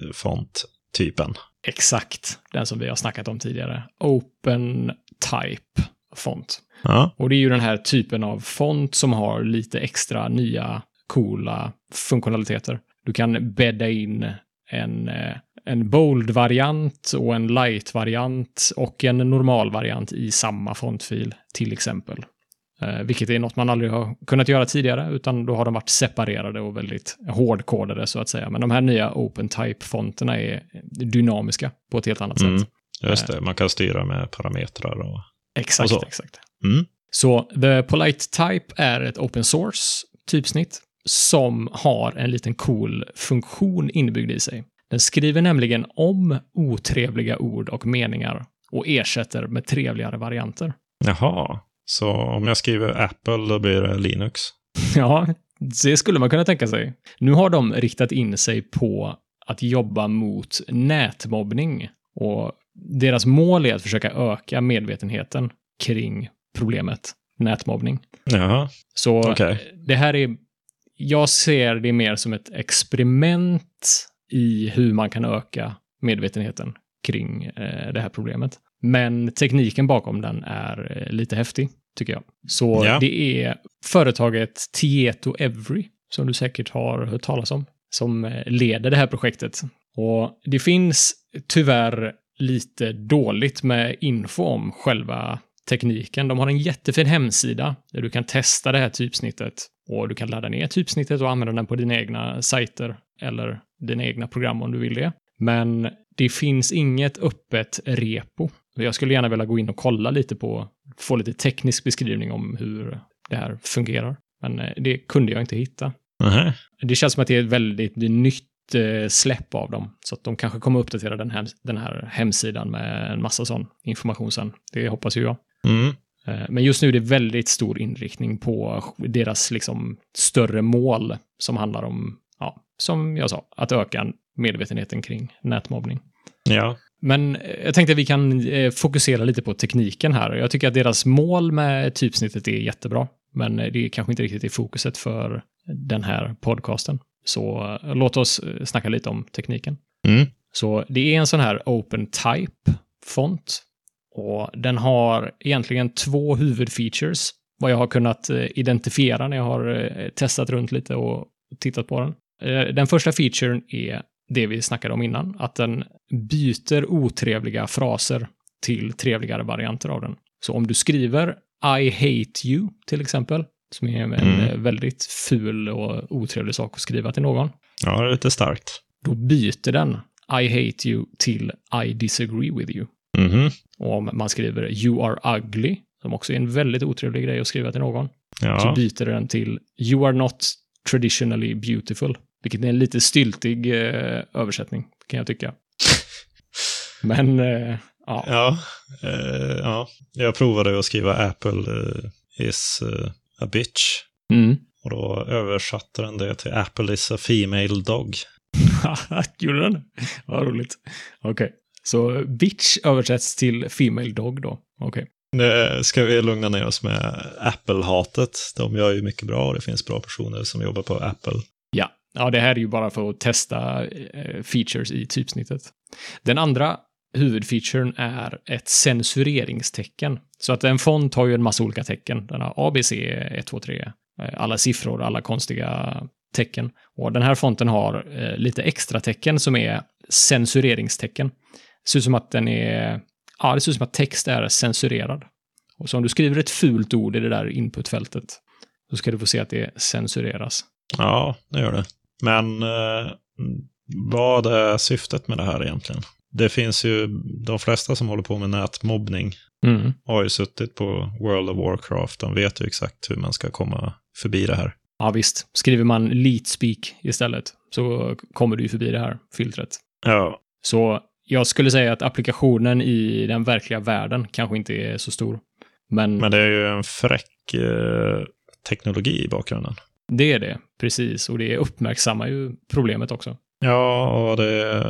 fonttypen? Exakt, den som vi har snackat om tidigare. Open type font. Ja. Och det är ju den här typen av font som har lite extra nya coola funktionaliteter. Du kan bädda in en, en bold-variant och en light-variant och en normal-variant i samma fontfil till exempel. Eh, vilket är något man aldrig har kunnat göra tidigare, utan då har de varit separerade och väldigt hårdkodade så att säga. Men de här nya OpenType-fonterna är dynamiska på ett helt annat Mm, sätt. just det, man kan styra med parametrar och... Exakt, och så. exakt. Mm. Så The Polite Type är ett open source typsnitt som har en liten cool funktion inbyggd i sig. Den skriver nämligen om otrevliga ord och meningar och ersätter med trevligare varianter. Jaha, så om jag skriver Apple då blir det Linux? Ja, det skulle man kunna tänka sig. Nu har de riktat in sig på att jobba mot nätmobbning och deras mål är att försöka öka medvetenheten kring problemet nätmobbning. Jaha, så okay. Det här är, jag ser det mer som ett experiment i hur man kan öka medvetenheten kring eh, det här problemet. Men tekniken bakom den är eh, lite häftig, tycker jag. Så ja. Det är företaget Tieto Every, som du säkert har hört talas om, som eh, leder det här projektet. Och det finns tyvärr lite dåligt med info om själva tekniken. De har en jättefin hemsida där du kan testa det här typsnittet och du kan ladda ner typsnittet och använda den på dina egna sajter eller dina egna program om du vill det. Men det finns inget öppet repo. Jag skulle gärna vilja gå in och kolla lite på, få lite teknisk beskrivning om hur det här fungerar. Men det kunde jag inte hitta. Uh-huh. Det känns som att det är ett väldigt nytt släpp av dem. Så att de kanske kommer uppdatera den här, den här hemsidan med en massa sån information sen. Det hoppas ju jag. Mm. Men just nu är det väldigt stor inriktning på deras liksom större mål som handlar om, ja, som jag sa, att öka medvetenheten kring nätmobbning. Ja. Men jag tänkte att vi kan fokusera lite på tekniken här. Jag tycker att deras mål med typsnittet är jättebra, men det är kanske inte riktigt i fokuset för den här podcasten. Så låt oss snacka lite om tekniken. Mm. Så det är en sån här open type font. Och den har egentligen två huvudfeatures. Vad jag har kunnat identifiera när jag har testat runt lite och tittat på den. Den första featuren är det vi snackade om innan. Att den byter otrevliga fraser till trevligare varianter av den. Så om du skriver I hate you till exempel, som är en mm. väldigt ful och otrevlig sak att skriva till någon. Ja, det är lite starkt. Då byter den I hate you till I disagree with you. Mm-hmm. Och om man skriver you are ugly, som också är en väldigt otrevlig grej att skriva till någon, ja. Så byter den till you are not traditionally beautiful. Vilket är en lite styltig eh, översättning, kan jag tycka. Men, eh, ja. Ja, eh, ja. Jag provade att skriva Apple uh, is uh, a bitch. Mm. Och då översatte den det till Apple is a female dog. Gjorde den? Vad roligt. Okej. Okay. Så bitch översätts till female dog då. Okej. Okay. Ska vi lugna ner oss med Apple-hatet? De gör ju mycket bra och det finns bra personer som jobbar på Apple. Ja, ja det här är ju bara för att testa eh, features i typsnittet. Den andra huvudfeaturen är ett censureringstecken. Så att en font har ju en massa olika tecken. Den har A B C, ett, två, tre, alla siffror, alla konstiga tecken. Och den här fonten har eh, lite extra tecken som är censureringstecken. Det ser ut som att den är, ja, det ser ut som att text är censurerad. Och så om du skriver ett fult ord i det där inputfältet, så ska du få se att det censureras. Ja, det gör det. Men eh, vad är syftet med det här egentligen? det finns ju de flesta som håller på med nätmobbning Mm. har ju suttit på World of Warcraft. De vet ju exakt hur man ska komma förbi det här. Ja visst, skriver man LeetSpeak istället så kommer du ju förbi det här filtret. Ja. Så jag skulle säga att applikationen i den verkliga världen kanske inte är så stor. Men, Men det är ju en fräck eh, teknologi i bakgrunden. det är det, precis. Och det uppmärksammar ju problemet också. Ja, och det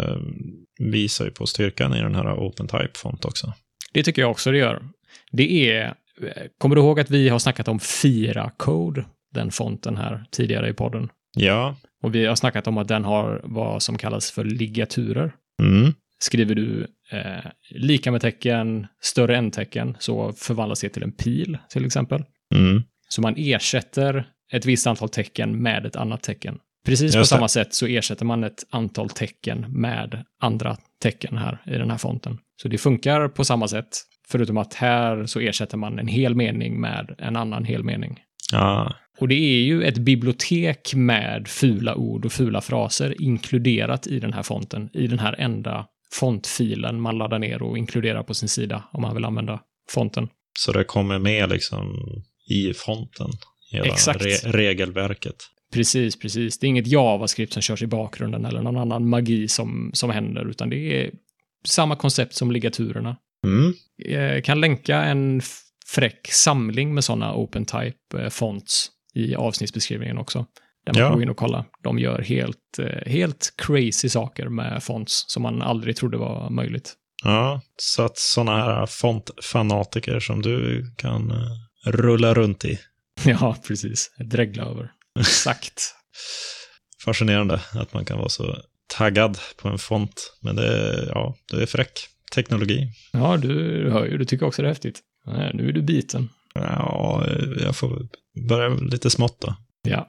visar ju på styrkan i den här OpenType-font också. Det tycker jag också det gör. Det är, kommer du ihåg att vi har snackat om Fira-code, den fonten här tidigare i podden? Ja. Och vi har snackat om att den har vad som kallas för ligaturer. Mm. Skriver du eh, lika med tecken, större än tecken, så förvandlas det till en pil till exempel. Mm. Så man ersätter ett visst antal tecken med ett annat tecken. Precis Just på det. samma sätt så ersätter man ett antal tecken med andra tecken här i den här fonten. Så det funkar på samma sätt, förutom att här så ersätter man en hel mening med en annan hel mening. Ja. Och det är ju ett bibliotek med fula ord och fula fraser inkluderat i den här fonten, i den här enda fontfilen man laddar ner och inkluderar på sin sida om man vill använda fonten. Så det kommer med liksom i fonten, hela Exakt. Re- regelverket. Precis, precis. Det är inget JavaScript som körs i bakgrunden eller någon annan magi som, som händer, utan det är samma koncept som ligaturerna. Mm. Jag kan länka en f- fräck samling med sådana OpenType fonts i avsnittsbeskrivningen också. Där man Ja. kan gå in och kolla. De gör helt, helt crazy saker med fonts som man aldrig trodde var möjligt. Ja, så att sådana här fontfanatiker som du kan uh, rulla runt i. Ja, precis. Drägla över. Exakt. Fascinerande att man kan vara så taggad på en font. Men det är, ja, det är fräck teknologi. Ja, du hör ju. Du tycker också det är häftigt. Nej, nu är du biten. Ja, jag får börja lite smått då. Ja.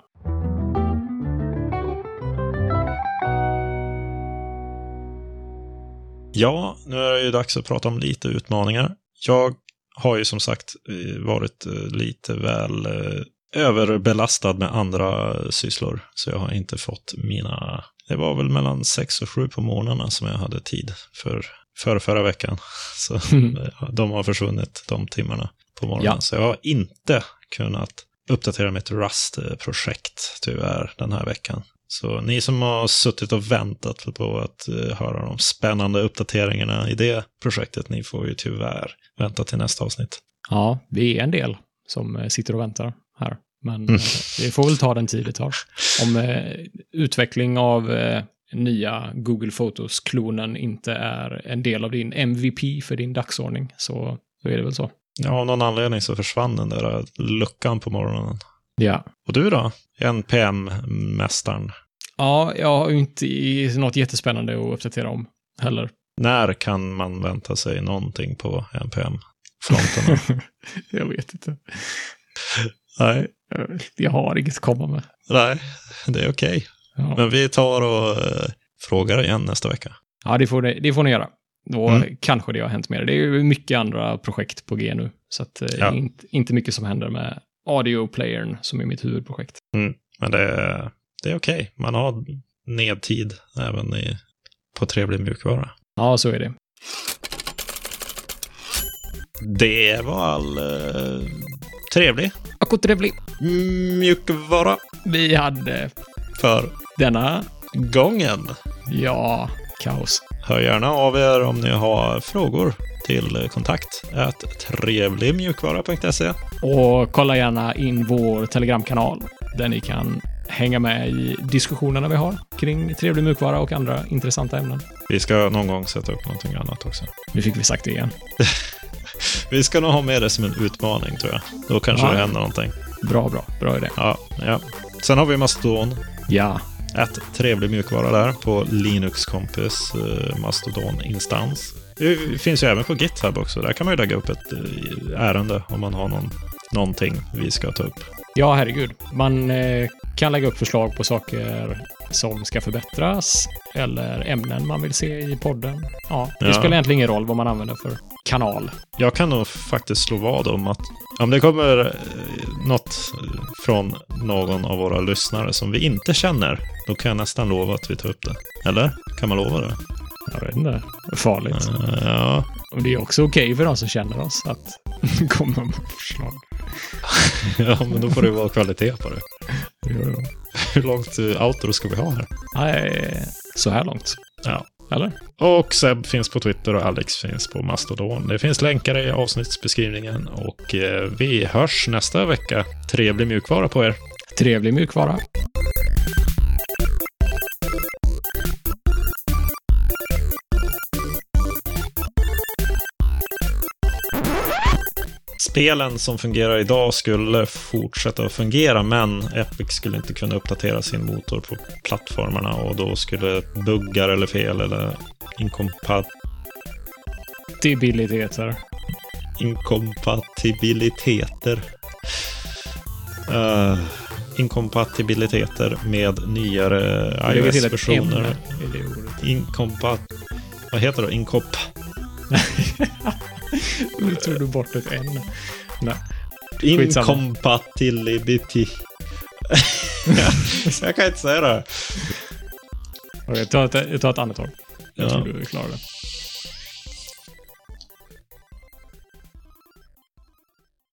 Ja, nu är det ju dags att prata om lite utmaningar. Jag har ju som sagt varit lite väl överbelastad med andra sysslor. Så jag har inte fått mina... Det var väl mellan sex och sju på morgnarna som jag hade tid för, för förra veckan. Så de har försvunnit de timmarna på morgonen. Ja. Så jag har inte kunnat uppdatera mitt Rust-projekt tyvärr den här veckan. Så ni som har suttit och väntat på att uh, höra de spännande uppdateringarna i det projektet, ni får ju tyvärr vänta till nästa avsnitt. Ja, vi är en del som eh, sitter och väntar här. Men Mm. eh, det får väl ta den tid det tar. Om eh, utveckling av eh, nya Google Photos-klonen inte är en del av din M V P för din dagsordning, så, så är det väl så. Ja, av någon anledning så försvann den där luckan på morgonen. Ja. Och du då? N P M-mästaren. Ja, jag har ju inte i något jättespännande att uppdatera om heller. När kan man vänta sig någonting på N P M-fronten? Jag vet inte. Nej. Jag har inget att komma med. Nej, det är okej. Ja, Men vi tar och eh, frågar igen nästa vecka. ja det, får ni, det får ni göra. Då Mm. kanske det har hänt mer. Det är ju mycket andra projekt på G nu. Så att, eh, Ja. inte, inte mycket som händer med audio-playern som är mitt huvudprojekt. Mm. Men det är, det är okej. Man har nedtid även i, på trevlig mjukvara. Ja, så är det. Det var all eh, trevlig Och trevlig. mjukvara Vi hade för denna, gången. ja, kaos. Hör gärna av er om ni har frågor till kontakt at trevligmjukvara punkt se. Och kolla gärna in vår Telegramkanal där ni kan hänga med i diskussionerna vi har kring trevlig mjukvara och andra intressanta ämnen. Vi ska någon gång sätta upp någonting annat också. Nu fick vi sagt det igen. Vi ska nog ha med det som en utmaning, tror jag. Då kanske Ja. det händer någonting. Bra, bra. Bra idé. Ja, ja. Sen har vi Mastodon. Ja. Ett trevlig mjukvara där på Linux Kompis eh, Mastodon-instans. Det finns ju även på GitHub också. Där kan man ju lägga upp ett eh, ärende om man har någon, någonting vi ska ta upp. Ja, herregud. Man eh, kan lägga upp förslag på saker som ska förbättras eller ämnen man vill se i podden. Ja, det Ja. spelar egentligen ingen roll vad man använder för kanal. Jag kan nog faktiskt slå vad om att om det kommer eh, något från någon av våra lyssnare som vi inte känner, då kan jag nästan lova att vi tar upp det. Eller? Kan man lova det? Jag vet inte. Farligt. Uh, ja. Och det är också okej okay för de som känner oss att komma med förslag. Ja, men då får det vara kvalitet på det. Jo, jo. Hur långt outro ska vi ha här? Nej, så här långt. Ja. Eller? Och Seb finns på Twitter och Alex finns på Mastodon. Det finns länkar i avsnittsbeskrivningen och eh, vi hörs nästa vecka. Trevlig mjukvara på er. Trevlig mjukvara. Spelen som fungerar idag skulle fortsätta att fungera, men Epic skulle inte kunna uppdatera sin motor på plattformarna och då skulle buggar eller fel eller inkompatibiliteter inkompatibiliteter uh, inkompatibiliteter med nyare iOS-versioner. Inkompat... Vad heter det? Inkop... Nu tog du bort ett N. Nej. Incompatibility. Jag kan inte säga det. Okej, ta ett, ta ett annat tag. Jag ja. tror du är klar där.